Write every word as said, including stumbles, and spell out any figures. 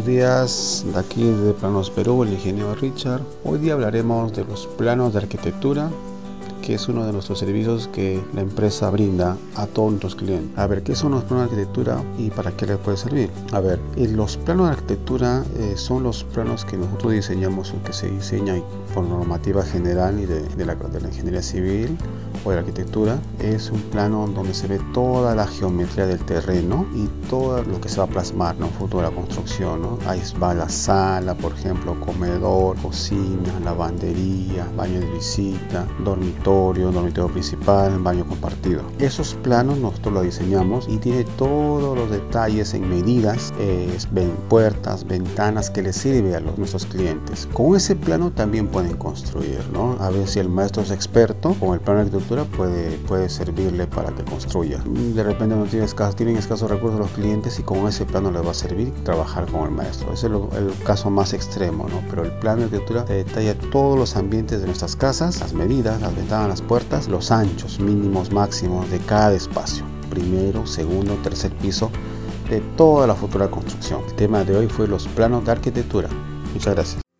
buenos días, de aquí de Planos Perú, el ingeniero Richard. Hoy día hablaremos de los planos de arquitectura, que es uno de nuestros servicios que la empresa brinda a todos nuestros clientes. A ver, ¿qué son los planos de arquitectura y para qué les puede servir? A ver, los planos de arquitectura eh, son los planos que nosotros diseñamos o que se diseñan por normativa general y de, de, la, de la ingeniería civil o de la arquitectura. Es un plano donde se ve toda la geometría del terreno y todo lo que se va a plasmar en un futuro de la construcción, ¿no? Ahí va la sala, por ejemplo, comedor, cocina, lavandería, baño de visita, dormitorio, dormitorio principal, baño compartido. Esos planos nosotros los diseñamos y tiene todos los detalles en medidas, eh, ven, puertas, ventanas que les sirve a los, nuestros clientes. Con ese plano también pueden construir, ¿no? A ver si el maestro es experto, con el plano de arquitectura puede, puede servirle para que construya. De repente no tienen escasos, tienen escasos recursos los clientes y con ese plano les va a servir trabajar con el maestro. Ese es lo, el caso más extremo, ¿no? Pero el plano de arquitectura te detalla todos los ambientes de nuestras casas, las medidas, las ventanas, las puertas, los anchos mínimos, máximos de cada espacio, primero, segundo, tercer piso de toda la futura construcción. El tema de hoy fue los planos de arquitectura. Muchas gracias.